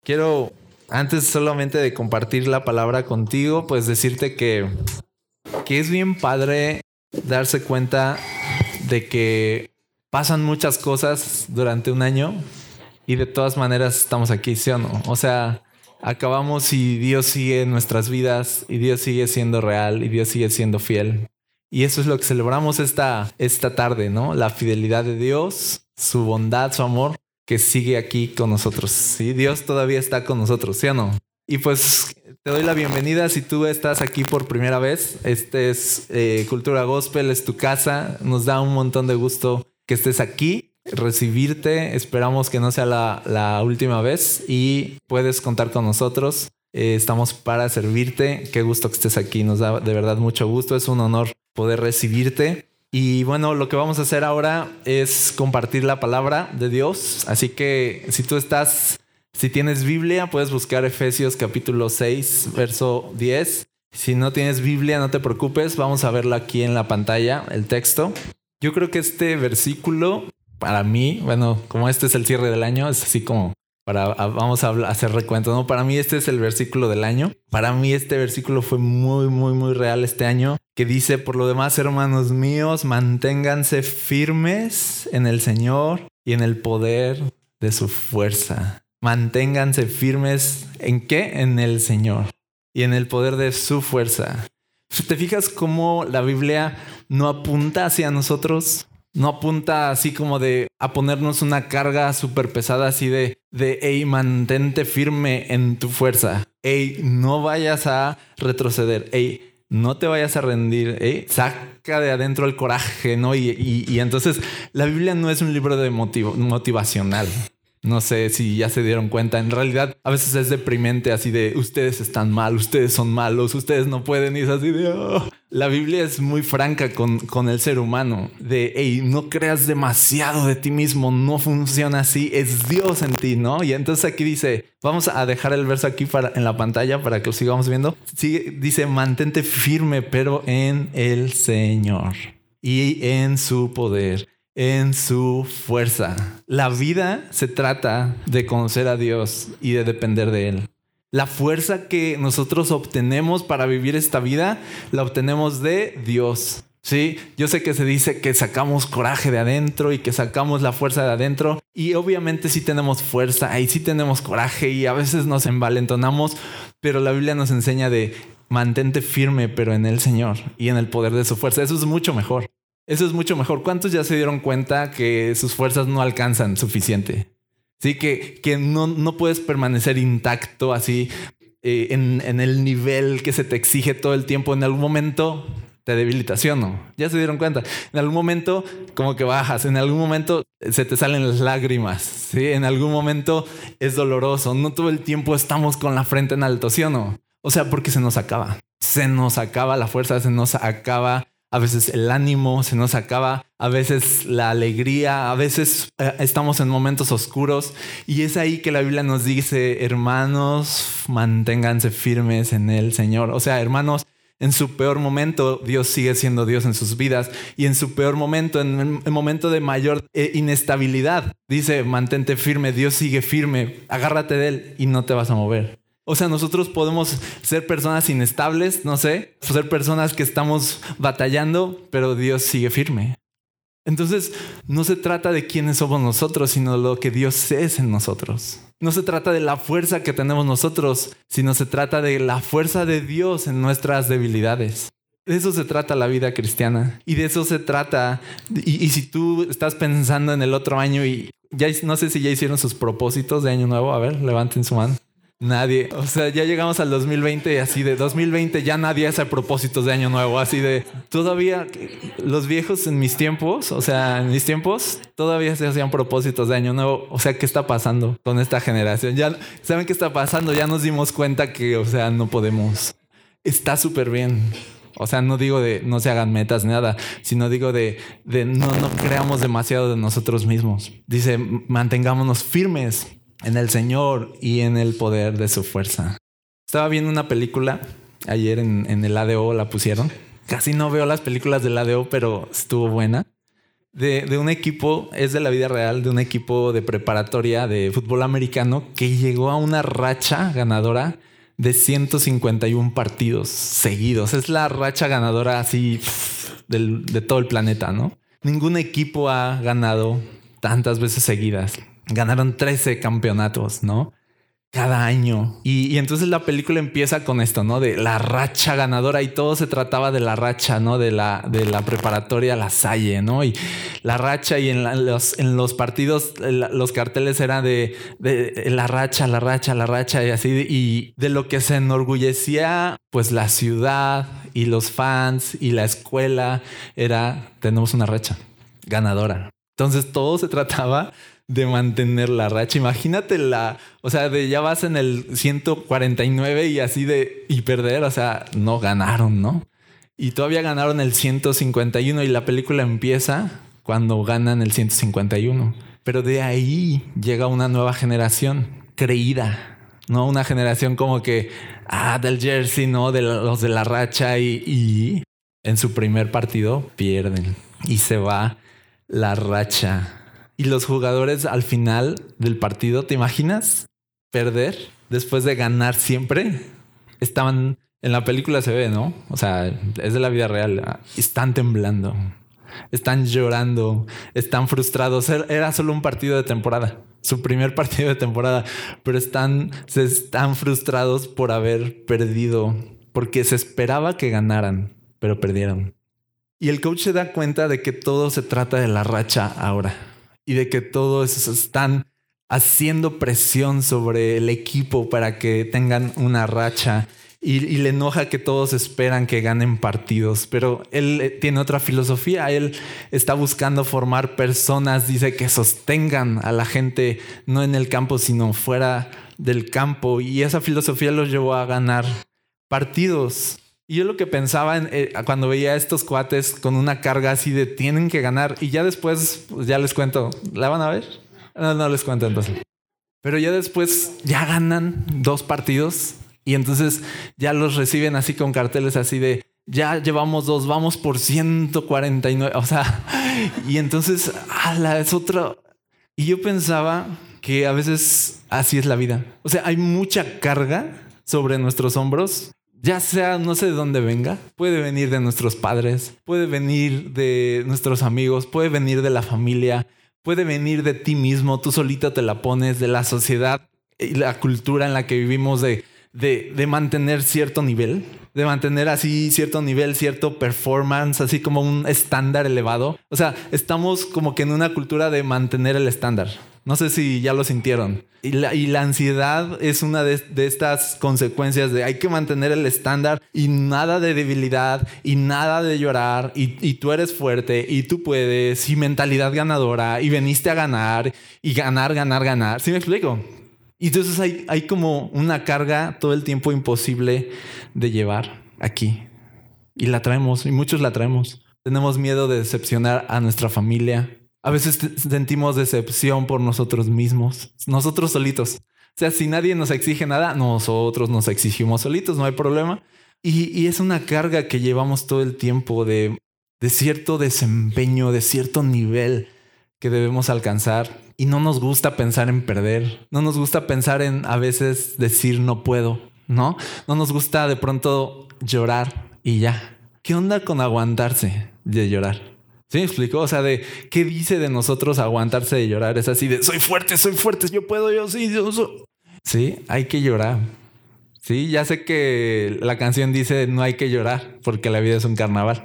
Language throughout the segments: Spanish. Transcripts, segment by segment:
Quiero, antes solamente de compartir la palabra contigo, pues decirte que es bien padre darse cuenta de que pasan muchas cosas durante un año y de todas maneras estamos aquí, ¿sí o no? O sea, acabamos y Dios sigue en nuestras vidas y Dios sigue siendo real y Dios sigue siendo fiel. Y eso es lo que celebramos esta tarde, ¿no? La fidelidad de Dios, su bondad, su amor, que sigue aquí con nosotros. Sí, Dios todavía está con nosotros, ¿sí o no? Y pues te doy la bienvenida si tú estás aquí por primera vez. Este es Cultura Gospel, es tu casa. Nos da un montón de gusto que estés aquí, recibirte. Esperamos que no sea la última vez y puedes contar con nosotros. Estamos para servirte. Qué gusto que estés aquí. Nos da de verdad mucho gusto. Es un honor poder recibirte. Y bueno, lo que vamos a hacer ahora es compartir la palabra de Dios. Así que si tienes Biblia, puedes buscar Efesios capítulo 6, verso 10. Si no tienes Biblia, no te preocupes. Vamos a verlo aquí en la pantalla, el texto. Yo creo que este versículo, para mí, bueno, como este es el cierre del año, es así como vamos a hacer recuento, ¿no? Para mí este es el versículo del año. Para mí este versículo fue muy, muy, muy real este año, que dice: por lo demás, hermanos míos, manténganse firmes en el Señor y en el poder de su fuerza. Manténganse firmes ¿en qué? En el Señor y en el poder de su fuerza. ¿Te fijas cómo la Biblia no apunta hacia nosotros? No apunta así como a ponernos una carga súper pesada así de hey, mantente firme en tu fuerza. Hey, no vayas a retroceder. Hey, no te vayas a rendir. Hey, saca de adentro el coraje, ¿no? Y entonces la Biblia no es un libro de motivacional. No sé si ya se dieron cuenta. En realidad, a veces es deprimente, así de ustedes están mal, ustedes son malos, ustedes no pueden. Y es así de oh. La Biblia es muy franca con el ser humano. De hey, no creas demasiado de ti mismo, no funciona así. Es Dios en ti, ¿no? Y entonces aquí dice, vamos a dejar el verso aquí en la pantalla para que lo sigamos viendo. Sí, dice: mantente firme, pero en el Señor y en su poder, en su fuerza. La vida se trata de conocer a Dios y de depender de Él. La fuerza que nosotros obtenemos para vivir esta vida, la obtenemos de Dios. Sí, yo sé que se dice que sacamos coraje de adentro y que sacamos la fuerza de adentro. Y obviamente sí tenemos fuerza y sí tenemos coraje y a veces nos envalentonamos. Pero la Biblia nos enseña de mantente firme, pero en el Señor y en el poder de su fuerza. Eso es mucho mejor. Eso es mucho mejor. ¿Cuántos ya se dieron cuenta que sus fuerzas no alcanzan suficiente? Sí, que no puedes permanecer intacto así en el nivel que se te exige todo el tiempo. En algún momento te debilitas, ¿sí o no? Ya se dieron cuenta. En algún momento como que bajas. En algún momento se te salen las lágrimas. ¿Sí? En algún momento es doloroso. No todo el tiempo estamos con la frente en alto, ¿sí o no? O sea, porque se nos acaba. Se nos acaba la fuerza, se nos acaba a veces el ánimo, se nos acaba a veces la alegría, a veces estamos en momentos oscuros y es ahí que la Biblia nos dice: hermanos, manténganse firmes en el Señor. O sea, hermanos, en su peor momento Dios sigue siendo Dios en sus vidas, y en su peor momento, en el momento de mayor inestabilidad, dice: mantente firme, Dios sigue firme, agárrate de Él y no te vas a mover. O sea, nosotros podemos ser personas inestables, no sé, ser personas que estamos batallando, pero Dios sigue firme. Entonces, no se trata de quiénes somos nosotros, sino lo que Dios es en nosotros. No se trata de la fuerza que tenemos nosotros, sino se trata de la fuerza de Dios en nuestras debilidades. De eso se trata la vida cristiana. Y de eso se trata. Y si tú estás pensando en el otro año y ya no sé si ya hicieron sus propósitos de año nuevo, a ver, levanten su mano. Nadie. O sea, ya llegamos al 2020 y así de 2020 ya nadie hace propósitos de año nuevo. Así de todavía los viejos en mis tiempos, o sea, en mis tiempos todavía se hacían propósitos de año nuevo. O sea, ¿qué está pasando con esta generación? Ya saben qué está pasando. Ya nos dimos cuenta que, o sea, no podemos. Está súper bien. O sea, no digo de no se hagan metas, nada, sino digo de no creamos demasiado de nosotros mismos. Dice: mantengámonos firmes en el Señor y en el poder de su fuerza. Estaba viendo una película ayer en el ADO, la pusieron. Casi no veo las películas del ADO, pero estuvo buena. de un equipo, es de la vida real, de un equipo de preparatoria de fútbol americano que llegó a una racha ganadora de 151 partidos seguidos. Es la racha ganadora así de todo el planeta, ¿no? Ningún equipo ha ganado tantas veces seguidas. Ganaron 13 campeonatos, ¿no? Cada año. Y entonces la película empieza con esto, ¿no? De la racha ganadora, y todo se trataba de la racha, ¿no? De la preparatoria La Salle, ¿no? Y la racha, y en los partidos los carteles eran de la racha, la racha, la racha, y así. Y de lo que se enorgullecía pues la ciudad y los fans y la escuela era: tenemos una racha ganadora. Entonces todo se trataba de mantener la racha. Imagínate de ya vas en el 149 y así y perder, o sea, no ganaron, ¿no? Y todavía ganaron el 151, y la película empieza cuando ganan el 151. Pero de ahí llega una nueva generación creída, ¿no? Una generación como que, del jersey, ¿no? De los de la racha, y en su primer partido pierden y se va la racha. Y los jugadores al final del partido, ¿te imaginas perder después de ganar siempre? Estaban, en la película se ve, ¿no? O sea, es de la vida real. Están temblando, están llorando, están frustrados. Era solo un partido de temporada, su primer partido de temporada, pero se están frustrados por haber perdido, porque se esperaba que ganaran, pero perdieron. Y el coach se da cuenta de que todo se trata de la racha ahora, y de que todos están haciendo presión sobre el equipo para que tengan una racha, y le enoja que todos esperan que ganen partidos. Pero él tiene otra filosofía. Él está buscando formar personas, dice, que sostengan a la gente, no en el campo, sino fuera del campo. Y esa filosofía los llevó a ganar partidos. Y yo lo que pensaba cuando veía a estos cuates con una carga así de tienen que ganar, y ya después, pues ya les cuento, ¿la van a ver? No les cuento entonces. Pero ya después ya ganan 2 partidos, y entonces ya los reciben así con carteles así de ya llevamos 2, vamos por 149. O sea, y entonces es otro. Y yo pensaba que a veces así es la vida. O sea, hay mucha carga sobre nuestros hombros. Ya sea, no sé de dónde venga, puede venir de nuestros padres, puede venir de nuestros amigos, puede venir de la familia, puede venir de ti mismo, tú solito te la pones, de la sociedad y la cultura en la que vivimos, de mantener cierto nivel, de mantener así cierto nivel, cierto performance, así como un estándar elevado. O sea, estamos como que en una cultura de mantener el estándar. No sé si ya lo sintieron. Y la ansiedad es una de estas consecuencias de hay que mantener el estándar, y nada de debilidad, y nada de llorar, y tú eres fuerte, y tú puedes, y mentalidad ganadora, y veniste a ganar, y ganar, ganar, ganar. ¿Sí me explico? Y entonces hay como una carga todo el tiempo imposible de llevar aquí. Y la traemos, y muchos la traemos. Tenemos miedo de decepcionar a nuestra familia. A veces sentimos decepción por nosotros mismos, nosotros solitos. O sea, si nadie nos exige nada, nosotros nos exigimos solitos, no hay problema. Y es una carga que llevamos todo el tiempo de cierto desempeño, de cierto nivel que debemos alcanzar. Y no nos gusta pensar en perder. No nos gusta pensar en a veces decir no puedo, ¿no? No nos gusta de pronto llorar y ya. ¿Qué onda con aguantarse de llorar? ¿Sí me explico? O sea, de qué dice de nosotros aguantarse de llorar. Es así de soy fuerte, yo puedo, yo sí, yo soy. Sí, hay que llorar. Sí, ya sé que la canción dice no hay que llorar porque la vida es un carnaval.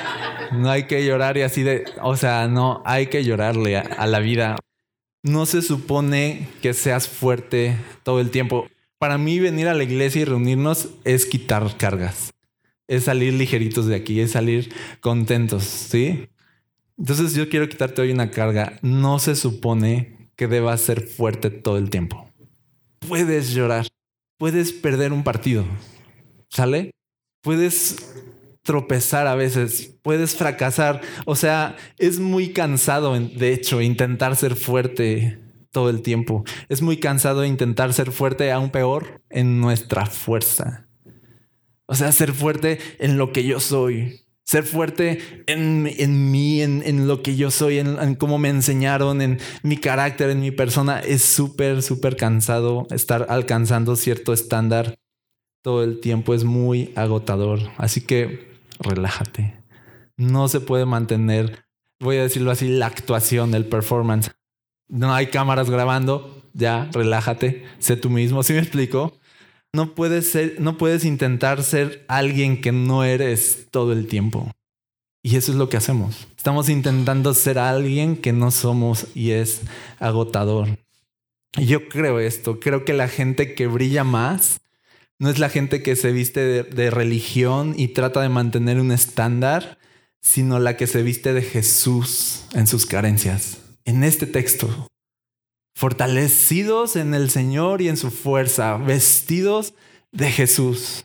No hay que llorar y así de, o sea, no hay que llorarle a la vida. No se supone que seas fuerte todo el tiempo. Para mí venir a la iglesia y reunirnos es quitar cargas. Es salir ligeritos de aquí, es salir contentos, ¿sí? Entonces yo quiero quitarte hoy una carga. No se supone que debas ser fuerte todo el tiempo. Puedes llorar, puedes perder un partido, ¿sale? Puedes tropezar a veces, puedes fracasar. O sea, es muy cansado, de hecho, intentar ser fuerte todo el tiempo. Es muy cansado intentar ser fuerte, aún peor, en nuestra fuerza. O sea, ser fuerte en lo que yo soy. Ser fuerte en mí, en lo que yo soy, en cómo me enseñaron, en mi carácter, en mi persona. Es súper, súper cansado estar alcanzando cierto estándar todo el tiempo. Es muy agotador. Así que relájate. No se puede mantener, voy a decirlo así, la actuación, el performance. No hay cámaras grabando. Ya, relájate. Sé tú mismo. ¿Sí me explico? No puedes intentar ser alguien que no eres todo el tiempo. Y eso es lo que hacemos. Estamos intentando ser alguien que no somos y es agotador. Y yo creo esto. Creo que la gente que brilla más no es la gente que se viste de religión y trata de mantener un estándar, sino la que se viste de Jesús en sus carencias. En este texto. Fortalecidos en el Señor y en su fuerza, vestidos de Jesús.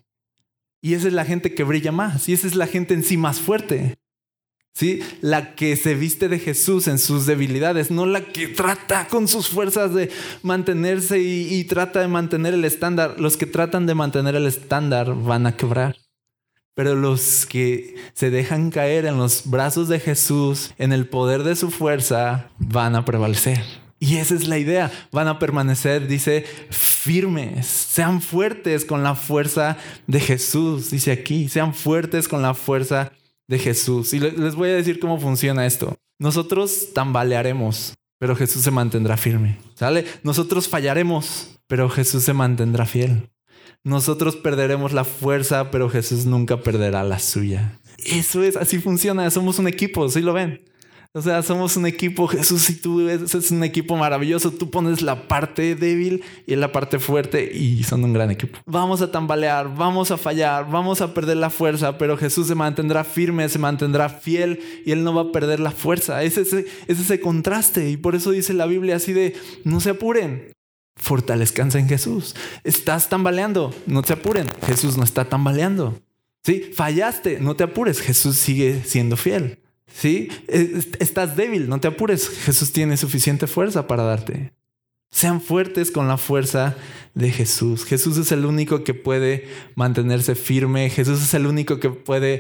Y esa es la gente que brilla más. Y esa es la gente en sí más fuerte. ¿Sí? La que se viste de Jesús en sus debilidades, no la que trata con sus fuerzas de mantenerse y trata de mantener el estándar. Los que tratan de mantener el estándar van a quebrar. Pero los que se dejan caer en los brazos de Jesús, en el poder de su fuerza, van a prevalecer. Y esa es la idea. Van a permanecer, dice, firmes. Sean fuertes con la fuerza de Jesús. Dice aquí, sean fuertes con la fuerza de Jesús. Y les voy a decir cómo funciona esto. Nosotros tambalearemos, pero Jesús se mantendrá firme. ¿Sale? Nosotros fallaremos, pero Jesús se mantendrá fiel. Nosotros perderemos la fuerza, pero Jesús nunca perderá la suya. Eso es, así funciona. Somos un equipo, ¿sí lo ven? O sea, somos un equipo. Jesús y tú es un equipo maravilloso. Tú pones la parte débil y la parte fuerte y son un gran equipo. Vamos a tambalear, vamos a fallar, vamos a perder la fuerza, pero Jesús se mantendrá firme, se mantendrá fiel y Él no va a perder la fuerza. Es ese contraste. Y por eso dice la Biblia así de, no se apuren, fortalezcanse en Jesús. Estás tambaleando, no te apuren, Jesús no está tambaleando. ¿Sí? Fallaste, no te apures, Jesús sigue siendo fiel. ¿Sí? Estás débil, no te apures. Jesús tiene suficiente fuerza para darte. Sean fuertes con la fuerza de Jesús. Jesús es el único que puede mantenerse firme. Jesús es el único que puede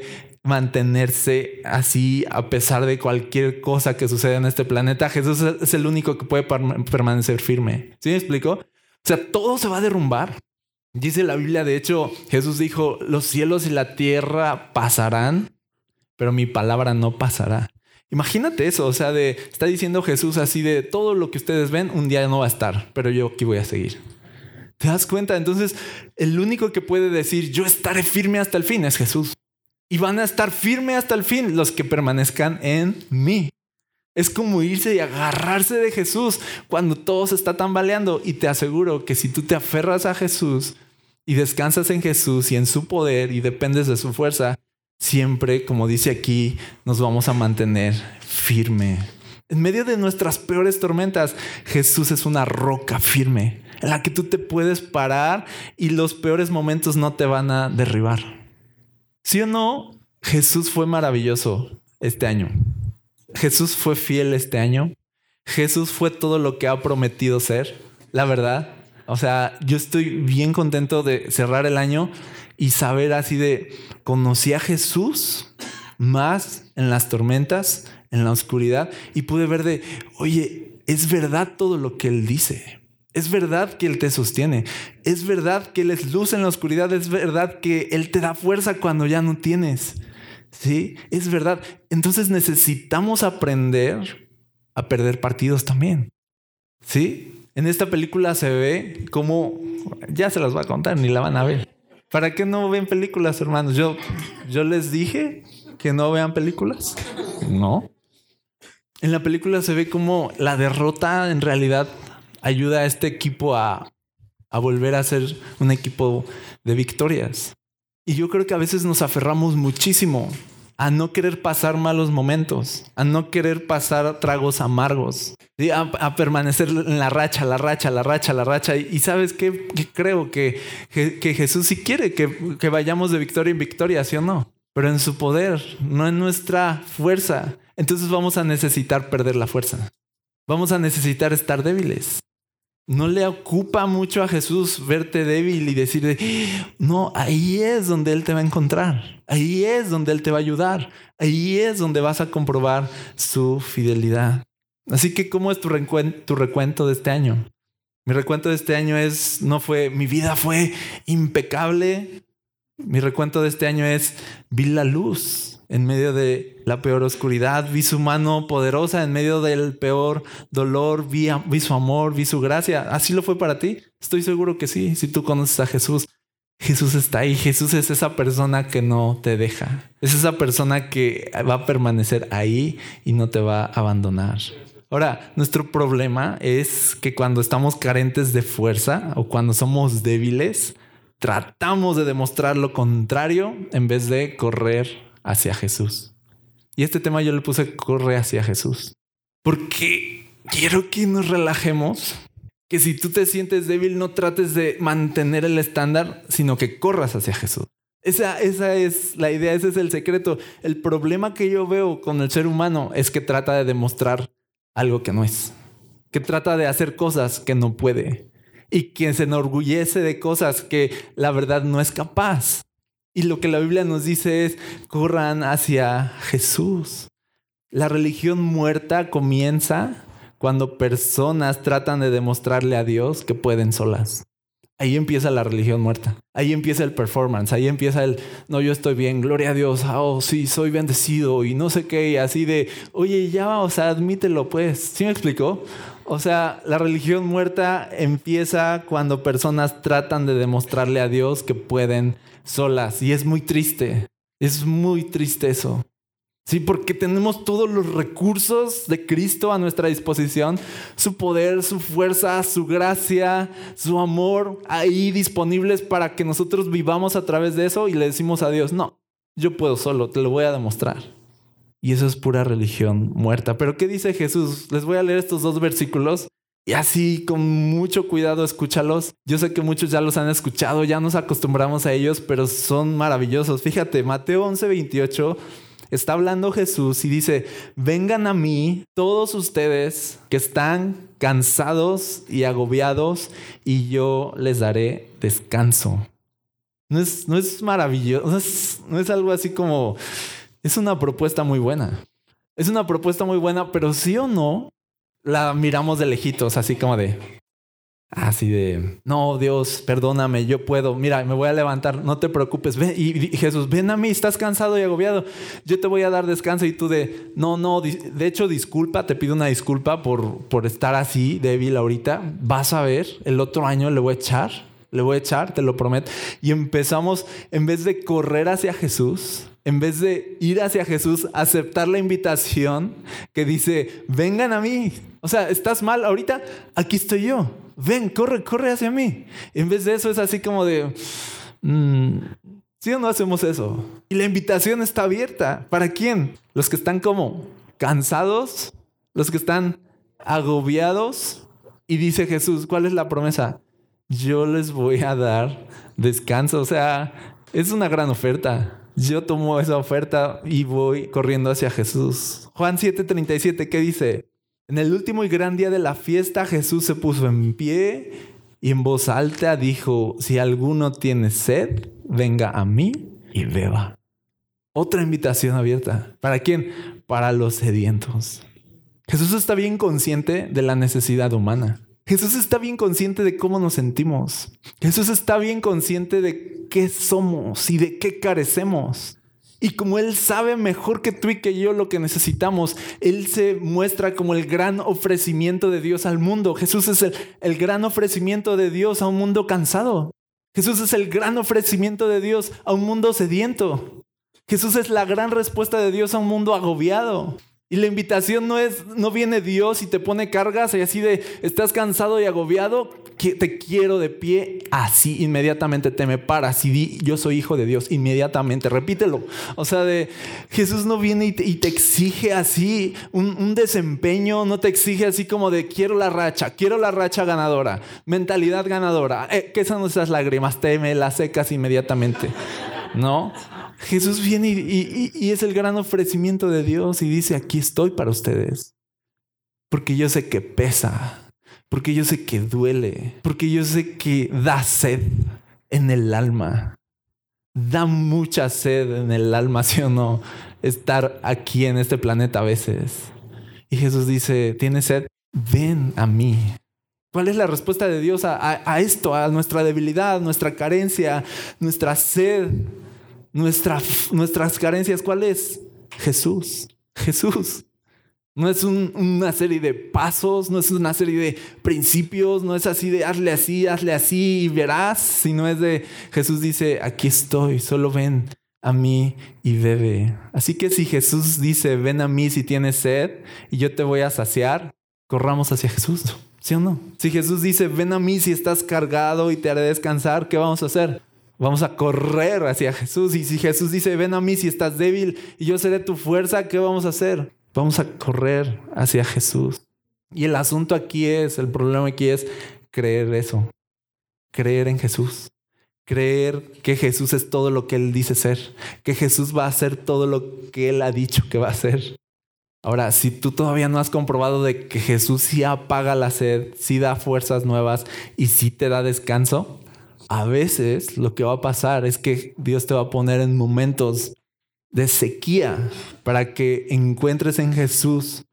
mantenerse así a pesar de cualquier cosa que suceda en este planeta. Jesús es el único que puede permanecer firme. ¿Sí me explico? O sea, todo se va a derrumbar. Dice la Biblia, de hecho, Jesús dijo, los cielos y la tierra pasarán, pero mi palabra no pasará. Imagínate eso, o sea, está diciendo Jesús así de todo lo que ustedes ven un día no va a estar, pero yo aquí voy a seguir. ¿Te das cuenta? Entonces, el único que puede decir yo estaré firme hasta el fin es Jesús. Y van a estar firmes hasta el fin los que permanezcan en mí. Es como irse y agarrarse de Jesús cuando todo se está tambaleando. Y te aseguro que si tú te aferras a Jesús y descansas en Jesús y en su poder y dependes de su fuerza, siempre, como dice aquí, nos vamos a mantener firme. En medio de nuestras peores tormentas, Jesús es una roca firme en la que tú te puedes parar y los peores momentos no te van a derribar. ¿Sí o no? Jesús fue maravilloso este año. Jesús fue fiel este año. Jesús fue todo lo que ha prometido ser, la verdad. O sea, yo estoy bien contento de cerrar el año y saber así de conocí a Jesús más en las tormentas, en la oscuridad, y pude ver de, oye, es verdad todo lo que Él dice. Es verdad que Él te sostiene. Es verdad que Él es luz en la oscuridad. Es verdad que Él te da fuerza cuando ya no tienes. Sí, es verdad. Entonces necesitamos aprender a perder partidos también. Sí, en esta película se ve cómo, ya se las voy a contar, ni la van a ver. ¿Para qué no ven películas, hermanos? Yo les dije que no vean películas. No. En la película se ve cómo la derrota en realidad ayuda a este equipo a volver a ser un equipo de victorias. Y yo creo que a veces nos aferramos muchísimo a no querer pasar malos momentos, a no querer pasar tragos amargos, ¿sí? A permanecer en la racha. Y ¿sabes qué? Creo que Jesús sí quiere que vayamos de victoria en victoria, ¿sí o no? Pero en su poder, no en nuestra fuerza. Entonces vamos a necesitar perder la fuerza. Vamos a necesitar estar débiles. No le ocupa mucho a Jesús verte débil y decirle, no, ahí es donde Él te va a encontrar. Ahí es donde Él te va a ayudar. Ahí es donde vas a comprobar su fidelidad. Así que, ¿cómo es tu recuento de este año? Mi recuento de este año mi vida fue impecable. Mi recuento de este año vi la luz en medio de la peor oscuridad, vi su mano poderosa en medio del peor dolor, vi su amor, vi su gracia. ¿Así lo fue para ti? Estoy seguro que sí. Si tú conoces a Jesús, Jesús está ahí. Jesús es esa persona que no te deja. Es esa persona que va a permanecer ahí y no te va a abandonar. Ahora, nuestro problema es que cuando estamos carentes de fuerza o cuando somos débiles, tratamos de demostrar lo contrario en vez de correr hacia Jesús. Y este tema yo le puse corre hacia Jesús. Porque quiero que nos relajemos. Que si tú te sientes débil, no trates de mantener el estándar, sino que corras hacia Jesús. Esa es la idea, ese es el secreto. El problema que yo veo con el ser humano es que trata de demostrar algo que no es. Que trata de hacer cosas que no puede. Y que se enorgullece de cosas que la verdad no es capaz. Y lo que la Biblia nos dice es, corran hacia Jesús. La religión muerta comienza cuando personas tratan de demostrarle a Dios que pueden solas. Ahí empieza la religión muerta. Ahí empieza el performance. Ahí empieza no, yo estoy bien, gloria a Dios. Oh, sí, soy bendecido y no sé qué. Y así de, oye, ya, admítelo pues. ¿Sí me explicó? O sea, la religión muerta empieza cuando personas tratan de demostrarle a Dios que pueden solas. Y es muy triste eso. Sí, porque tenemos todos los recursos de Cristo a nuestra disposición. Su poder, su fuerza, su gracia, su amor ahí disponibles para que nosotros vivamos a través de eso y le decimos a Dios, no, yo puedo solo, te lo voy a demostrar. Y eso es pura religión muerta. Pero ¿qué dice Jesús? Les voy a leer estos 2 versículos y así con mucho cuidado escúchalos. Yo sé que muchos ya los han escuchado, ya nos acostumbramos a ellos, pero son maravillosos. Fíjate, Mateo 11:28 está hablando Jesús y dice, vengan a mí todos ustedes que están cansados y agobiados y yo les daré descanso. No es maravilloso, no es algo así como... Es una propuesta muy buena. Es una propuesta muy buena, pero sí o no, la miramos de lejitos, así de, no, Dios, perdóname, yo puedo. Mira, me voy a levantar, no te preocupes. Ven, y Jesús, ven a mí, estás cansado y agobiado. Yo te voy a dar descanso. Y tú no, de hecho, disculpa, te pido una disculpa por estar así débil ahorita. Vas a ver, el otro año le voy a echar, te lo prometo. Y empezamos, en vez de correr hacia Jesús, en vez de ir hacia Jesús, aceptar la invitación que dice, vengan a mí. O sea, ¿estás mal ahorita? Aquí estoy yo. Ven, corre hacia mí. En vez de eso es así como de, ¿sí o no hacemos eso? Y la invitación está abierta. ¿Para quién? Los que están como cansados, los que están agobiados. Y dice Jesús, ¿cuál es la promesa? Yo les voy a dar descanso. O sea, es una gran oferta. Yo tomo esa oferta y voy corriendo hacia Jesús. Juan 7:37, ¿qué dice? En el último y gran día de la fiesta, Jesús se puso en pie y en voz alta dijo, si alguno tiene sed, venga a mí y beba. Otra invitación abierta. ¿Para quién? Para los sedientos. Jesús está bien consciente de la necesidad humana. Jesús está bien consciente de cómo nos sentimos. Jesús está bien consciente de qué somos y de qué carecemos. Y como Él sabe mejor que tú y que yo lo que necesitamos, Él se muestra como el gran ofrecimiento de Dios al mundo. Jesús es el gran ofrecimiento de Dios a un mundo cansado. Jesús es el gran ofrecimiento de Dios a un mundo sediento. Jesús es la gran respuesta de Dios a un mundo agobiado. Y la invitación no viene Dios y te pone cargas y así de, estás cansado y agobiado, que te quiero de pie, así inmediatamente te me paras y di, yo soy hijo de Dios, inmediatamente, repítelo. O sea, Jesús no viene y te exige así un desempeño, no te exige así como de quiero la racha ganadora, mentalidad ganadora, que son esas lágrimas, te me las secas inmediatamente, ¿no? Jesús viene y es el gran ofrecimiento de Dios y dice, aquí estoy para ustedes. Porque yo sé que pesa, porque yo sé que duele, porque yo sé que da sed en el alma. Da mucha sed en el alma, ¿sí o no? Estar aquí en este planeta a veces. Y Jesús dice, ¿tienes sed? Ven a mí. ¿Cuál es la respuesta de Dios a esto, a nuestra debilidad, nuestra carencia, nuestra sed, nuestras carencias? ¿Cuál es? Jesús. Jesús. No es una serie de pasos, no es una serie de principios, no es así de hazle así y verás, sino es de Jesús dice, aquí estoy, solo ven a mí y bebe. Así que si Jesús dice, ven a mí si tienes sed y yo te voy a saciar, corramos hacia Jesús, ¿sí o no? Si Jesús dice, ven a mí si estás cargado y te haré descansar, ¿qué vamos a hacer? Vamos a correr hacia Jesús. Y si Jesús dice, ven a mí si estás débil y yo seré tu fuerza, ¿qué vamos a hacer? Vamos a correr hacia Jesús. Y el asunto aquí el problema aquí es creer eso. Creer en Jesús. Creer que Jesús es todo lo que Él dice ser. Que Jesús va a hacer todo lo que Él ha dicho que va a hacer. Ahora, si tú todavía no has comprobado de que Jesús sí apaga la sed, sí da fuerzas nuevas y sí te da descanso, a veces lo que va a pasar es que Dios te va a poner en momentos de sequía para que encuentres en Jesús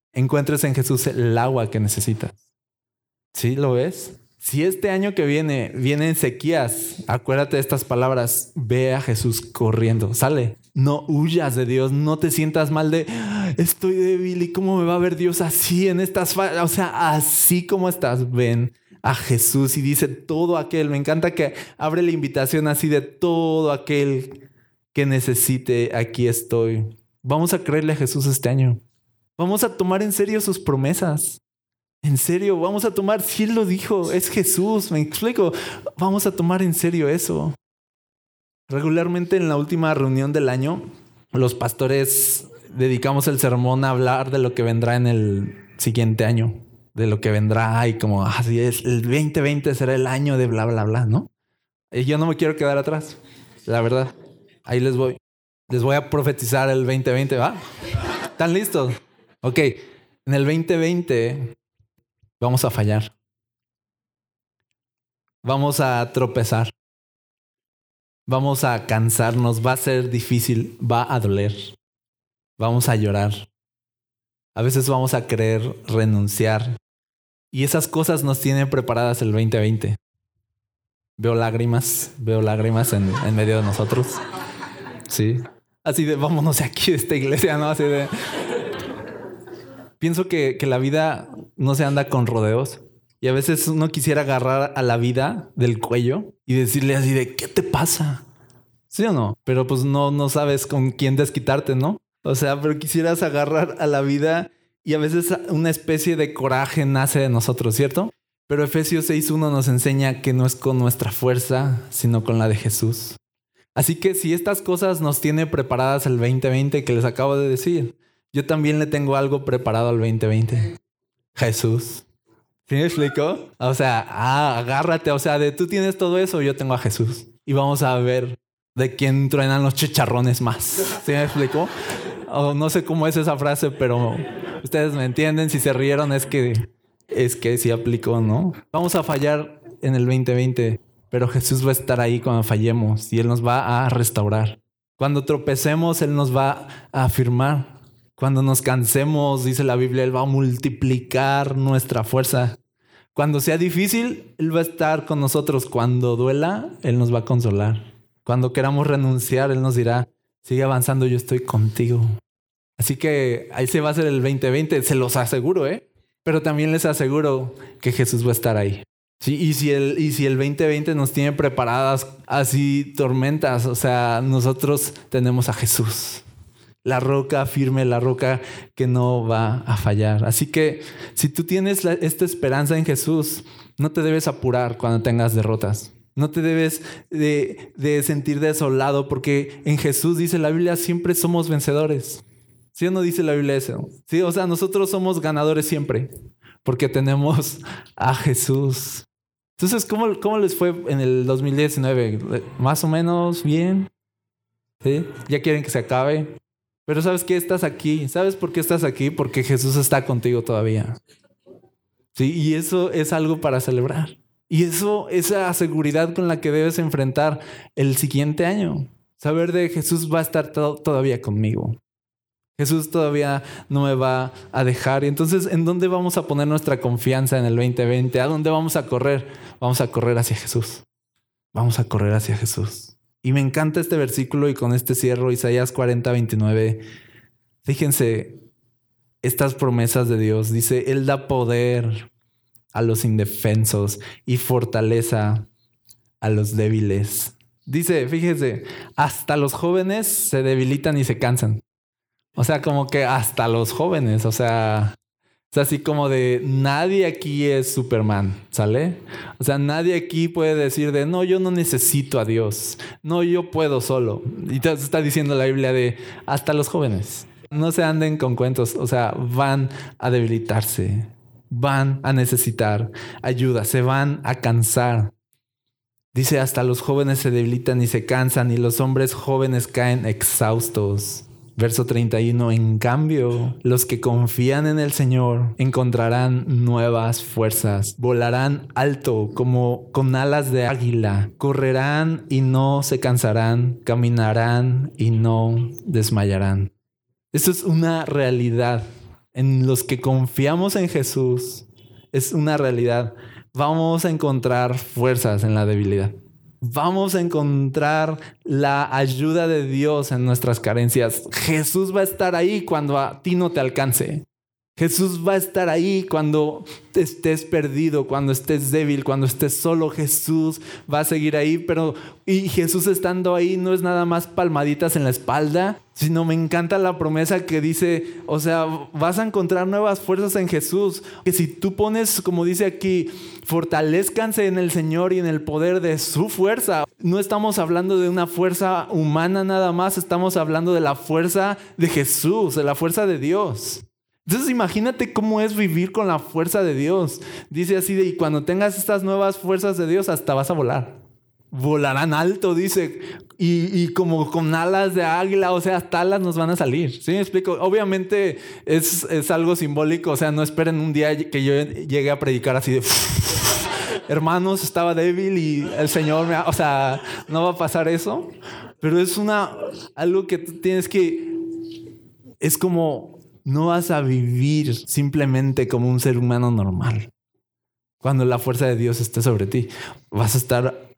el agua que necesitas. ¿Sí lo ves? Si este año que vienen sequías, acuérdate de estas palabras, ve a Jesús corriendo, sale. No huyas de Dios, no te sientas mal de estoy débil y cómo me va a ver Dios así en estas fases. O sea, así como estás, ven a Jesús y dice todo aquel. Me encanta que abre la invitación así de todo aquel que necesite, aquí estoy. Vamos a creerle a Jesús este año. Vamos a tomar en serio sus promesas. En serio, vamos a tomar, si Él lo dijo, es Jesús, me explico. Vamos a tomar en serio eso. Regularmente en la última reunión del año, los pastores dedicamos el sermón a hablar de lo que vendrá en el siguiente año. De lo que vendrá y como así es, el 2020 será el año de bla, bla, bla, ¿no? Y yo no me quiero quedar atrás, la verdad. Ahí les voy a profetizar el 2020, ¿va? ¿Están listos? Ok, en el 2020 vamos a fallar. Vamos a tropezar. Vamos a cansarnos, va a ser difícil, va a doler. Vamos a llorar. A veces vamos a querer renunciar. Y esas cosas nos tienen preparadas el 2020. Veo lágrimas en medio de nosotros. Sí. Así de vámonos de aquí de esta iglesia, ¿no? Así de... Pienso que la vida no se anda con rodeos. Y a veces uno quisiera agarrar a la vida del cuello y decirle así de ¿qué te pasa? ¿Sí o no? Pero pues no sabes con quién desquitarte, ¿no? O sea, pero quisieras agarrar a la vida y a veces una especie de coraje nace de nosotros, ¿cierto? Pero Efesios 6:1 nos enseña que no es con nuestra fuerza, sino con la de Jesús. Así que si estas cosas nos tiene preparadas el 2020 que les acabo de decir, yo también le tengo algo preparado al 2020. Jesús. ¿Sí me explico? O sea, agárrate. O sea, tú tienes todo eso, yo tengo a Jesús. Y vamos a ver de quién truenan los chicharrones más. ¿Sí me explico? O no sé cómo es esa frase, pero ustedes me entienden. Si se rieron es que sí aplicó, ¿no? Vamos a fallar en el 2020, pero Jesús va a estar ahí cuando fallemos y Él nos va a restaurar. Cuando tropecemos, Él nos va a afirmar. Cuando nos cansemos, dice la Biblia, Él va a multiplicar nuestra fuerza. Cuando sea difícil, Él va a estar con nosotros. Cuando duela, Él nos va a consolar. Cuando queramos renunciar, Él nos dirá, sigue avanzando, yo estoy contigo. Así que ahí se va a hacer el 2020, se los aseguro, ¿eh? Pero también les aseguro que Jesús va a estar ahí. Sí, y si el 2020 nos tiene preparadas así tormentas, o sea, nosotros tenemos a Jesús. La roca firme, la roca que no va a fallar. Así que si tú tienes esta esperanza en Jesús, no te debes apurar cuando tengas derrotas. No te debes de sentir desolado porque en Jesús, dice la Biblia, siempre somos vencedores. ¿Sí o no dice la Biblia eso? Sí, o sea, nosotros somos ganadores siempre porque tenemos a Jesús. Entonces, ¿cómo les fue en el 2019? ¿Más o menos bien? ¿Sí? ¿Ya quieren que se acabe? Pero ¿sabes qué? Estás aquí. ¿Sabes por qué estás aquí? Porque Jesús está contigo todavía. Sí, y eso es algo para celebrar. Y eso, esa seguridad con la que debes enfrentar el siguiente año. Saber de Jesús va a estar todavía conmigo. Jesús todavía no me va a dejar. Y entonces, ¿en dónde vamos a poner nuestra confianza en el 2020? ¿A dónde vamos a correr? Vamos a correr hacia Jesús. Vamos a correr hacia Jesús. Y me encanta este versículo y con este cierro, Isaías 40:29. Fíjense estas promesas de Dios. Dice, Él da poder a los indefensos y fortaleza a los débiles. Dice, fíjense, hasta los jóvenes se debilitan y se cansan. O sea, como que hasta los jóvenes, o sea, es así como de nadie aquí es Superman, ¿sale? O sea, nadie aquí puede decir de no, yo no necesito a Dios, no, yo puedo solo. Y te está diciendo la Biblia de hasta los jóvenes. No se anden con cuentos, o sea, van a debilitarse, van a necesitar ayuda, se van a cansar. Dice, hasta los jóvenes se debilitan y se cansan y los hombres jóvenes caen exhaustos. Verso 31, en cambio, los que confían en el Señor encontrarán nuevas fuerzas, volarán alto como con alas de águila, correrán y no se cansarán, caminarán y no desmayarán. Esto es una realidad. En los que confiamos en Jesús, es una realidad. Vamos a encontrar fuerzas en la debilidad. Vamos a encontrar la ayuda de Dios en nuestras carencias. Jesús va a estar ahí cuando a ti no te alcance. Jesús va a estar ahí cuando estés perdido, cuando estés débil, cuando estés solo. Jesús va a seguir ahí, y Jesús estando ahí no es nada más palmaditas en la espalda, sino me encanta la promesa que dice, o sea, vas a encontrar nuevas fuerzas en Jesús. Que si tú pones, como dice aquí, fortalezcanse en el Señor y en el poder de su fuerza. No estamos hablando de una fuerza humana nada más, estamos hablando de la fuerza de Jesús, de la fuerza de Dios. Entonces imagínate cómo es vivir con la fuerza de Dios. Dice así y cuando tengas estas nuevas fuerzas de Dios hasta vas a volar. Volarán alto, dice, y como con alas de águila, o sea, hasta alas nos van a salir. ¿Sí me explico? Obviamente es algo simbólico, o sea, no esperen un día que yo llegue a predicar así de... Hermanos, estaba débil y el Señor o sea, no va a pasar eso. Pero es algo que tú tienes que... Es como... No vas a vivir simplemente como un ser humano normal. Cuando la fuerza de Dios esté sobre ti, vas a estar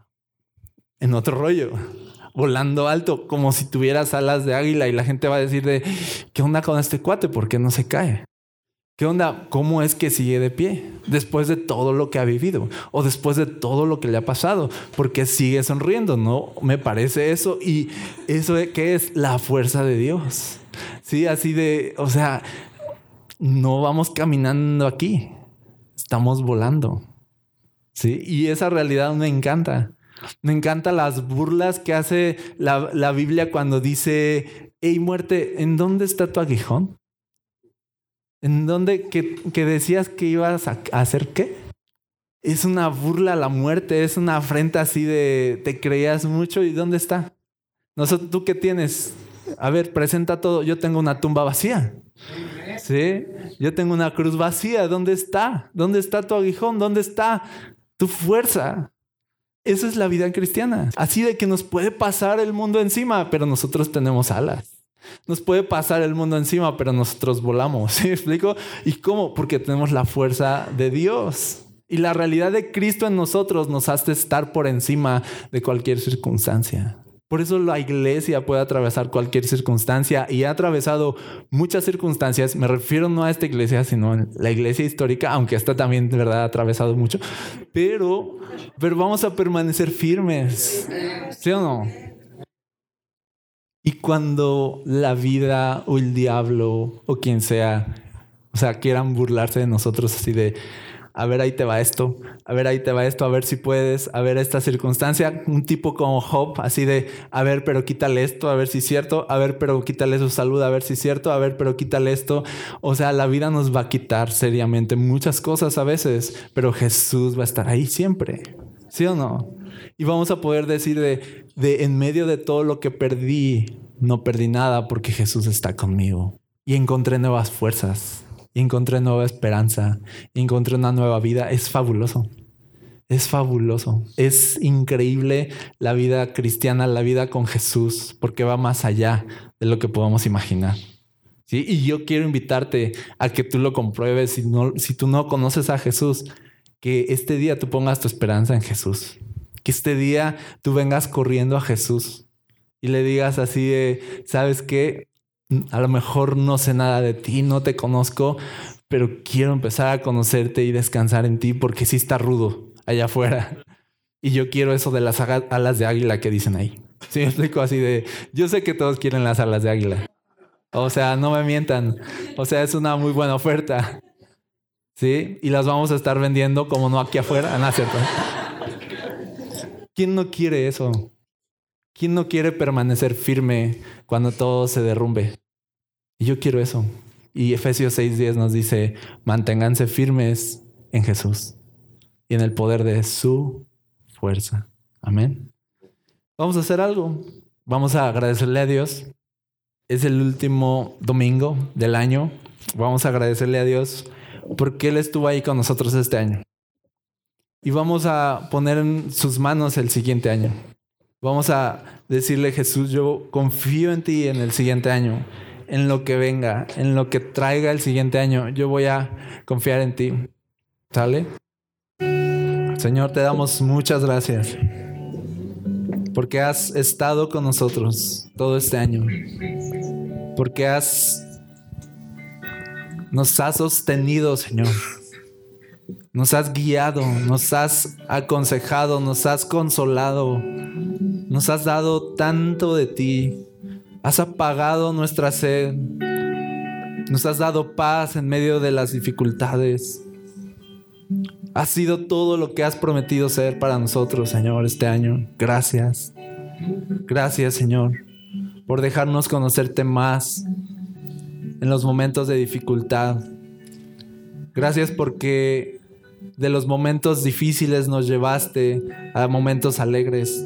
en otro rollo, volando alto, como si tuvieras alas de águila y la gente va a decir de, ¿qué onda con este cuate? ¿Por qué no se cae? ¿Qué onda? ¿Cómo es que sigue de pie después de todo lo que ha vivido o después de todo lo que le ha pasado? ¿Por qué sigue sonriendo? No me parece eso. Y eso ¿qué es? La fuerza de Dios. Sí, así de, o sea, no vamos caminando aquí, estamos volando. Sí, y esa realidad me encanta. Me encantan las burlas que hace la Biblia cuando dice, hey, muerte, ¿en dónde está tu aguijón? ¿En dónde que decías que ibas a hacer qué? Es una burla a la muerte, es una afrenta así de te creías mucho y ¿dónde está? Nosotros, ¿tú qué tienes? A ver, presenta todo. Yo tengo una tumba vacía. ¿Sí? Yo tengo una cruz vacía. ¿Dónde está? ¿Dónde está tu aguijón? ¿Dónde está tu fuerza? Esa es la vida cristiana. Así de que nos puede pasar el mundo encima, pero nosotros tenemos alas. Nos puede pasar el mundo encima, pero nosotros volamos. ¿Sí me explico? ¿Y cómo? Porque tenemos la fuerza de Dios. Y la realidad de Cristo en nosotros nos hace estar por encima de cualquier circunstancia. Por eso la iglesia puede atravesar cualquier circunstancia y ha atravesado muchas circunstancias. Me refiero no a esta iglesia, sino a la iglesia histórica, aunque esta también de verdad ha atravesado mucho. Pero vamos a permanecer firmes. ¿Sí o no? Y cuando la vida o el diablo o quien sea, o sea, quieran burlarse de nosotros así de... A ver, ahí te va esto. A ver, ahí te va esto. A ver si puedes. A ver esta circunstancia. Un tipo como Job, así de, a ver, pero quítale esto. A ver si es cierto. A ver, pero quítale su salud. A ver si es cierto. A ver, pero quítale esto. O sea, la vida nos va a quitar seriamente muchas cosas a veces, pero Jesús va a estar ahí siempre. ¿Sí o no? Y vamos a poder decir de en medio de todo lo que perdí, no perdí nada porque Jesús está conmigo. Y encontré nuevas fuerzas. y encontré nueva esperanza, y encontré una nueva vida. Es fabuloso. Es fabuloso. Es increíble la vida cristiana, la vida con Jesús, porque va más allá de lo que podamos imaginar. ¿Sí? Y yo quiero invitarte a que tú lo compruebes. Si tú no conoces a Jesús, que este día tú pongas tu esperanza en Jesús. Que este día tú vengas corriendo a Jesús y le digas así de, ¿sabes qué? A lo mejor no sé nada de ti, no te conozco, pero quiero empezar a conocerte y descansar en ti porque sí está rudo allá afuera. Y yo quiero eso de las alas de águila que dicen ahí. ¿Sí me explico? Así de, yo sé que todos quieren las alas de águila. O sea, no me mientan. O sea, es una muy buena oferta. ¿Sí? Y las vamos a estar vendiendo como no aquí afuera. No es cierto. ¿Quién no quiere eso? ¿Quién no quiere permanecer firme cuando todo se derrumbe? Y yo quiero eso. Y Efesios 6:10 nos dice, manténganse firmes en Jesús y en el poder de su fuerza. Amén. Vamos a hacer algo. Vamos a agradecerle a Dios. Es el último domingo del año. Vamos a agradecerle a Dios porque Él estuvo ahí con nosotros este año. Y vamos a poner en sus manos el siguiente año. Vamos a decirle, Jesús, yo confío en ti en el siguiente año, en lo que venga, en lo que traiga el siguiente año. Yo voy a confiar en ti. ¿Sale? Señor, te damos muchas gracias porque has estado con nosotros todo este año, porque nos has sostenido, Señor, nos has guiado, nos has aconsejado, nos has consolado, nos has dado tanto de ti, has apagado nuestra sed, nos has dado paz en medio de las dificultades. Has sido todo lo que has prometido ser para nosotros, Señor, este año. Gracias. Gracias, Señor, por dejarnos conocerte más en los momentos de dificultad. Gracias porque de los momentos difíciles nos llevaste a momentos alegres.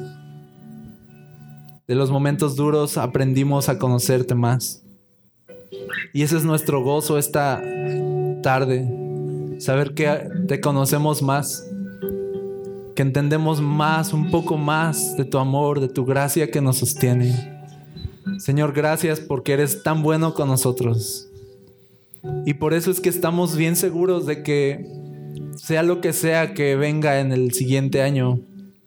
De los momentos duros aprendimos a conocerte más. Y ese es nuestro gozo esta tarde. Saber que te conocemos más, que entendemos más, un poco más de tu amor, de tu gracia que nos sostiene. Señor, gracias porque eres tan bueno con nosotros. Y por eso es que estamos bien seguros de que sea lo que sea que venga en el siguiente año,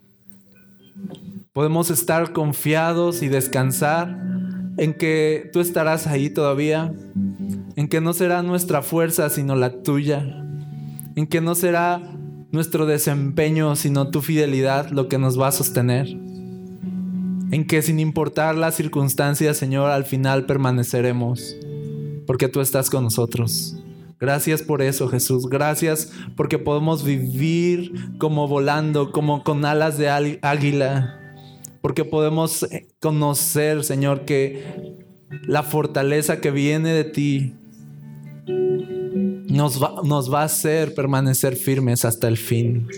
podemos estar confiados y descansar en que tú estarás ahí todavía, en que no será nuestra fuerza sino la tuya, en que no será nuestro desempeño sino tu fidelidad lo que nos va a sostener, en que sin importar las circunstancias, Señor, al final permaneceremos porque tú estás con nosotros. Gracias por eso, Jesús. Gracias porque podemos vivir como volando, como con alas de águila, porque podemos conocer, Señor, que la fortaleza que viene de ti nos va a hacer permanecer firmes hasta el fin.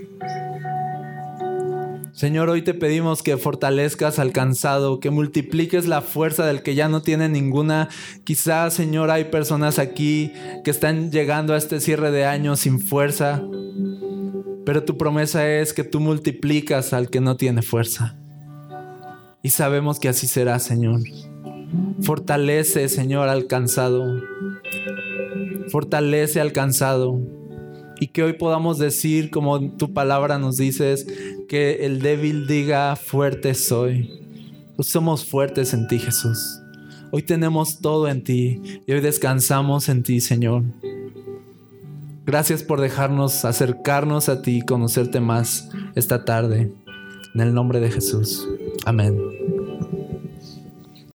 Señor, hoy te pedimos que fortalezcas al cansado, que multipliques la fuerza del que ya no tiene ninguna. Quizás, Señor, hay personas aquí que están llegando a este cierre de año sin fuerza, pero tu promesa es que tú multiplicas al que no tiene fuerza. Y sabemos que así será, Señor. Fortalece, Señor, al cansado. Fortalece al cansado. Y que hoy podamos decir, como tu palabra nos dices, que el débil diga, fuerte soy. Pues somos fuertes en ti, Jesús. Hoy tenemos todo en ti y hoy descansamos en ti, Señor. Gracias por dejarnos acercarnos a ti y conocerte más esta tarde. En el nombre de Jesús. Amén.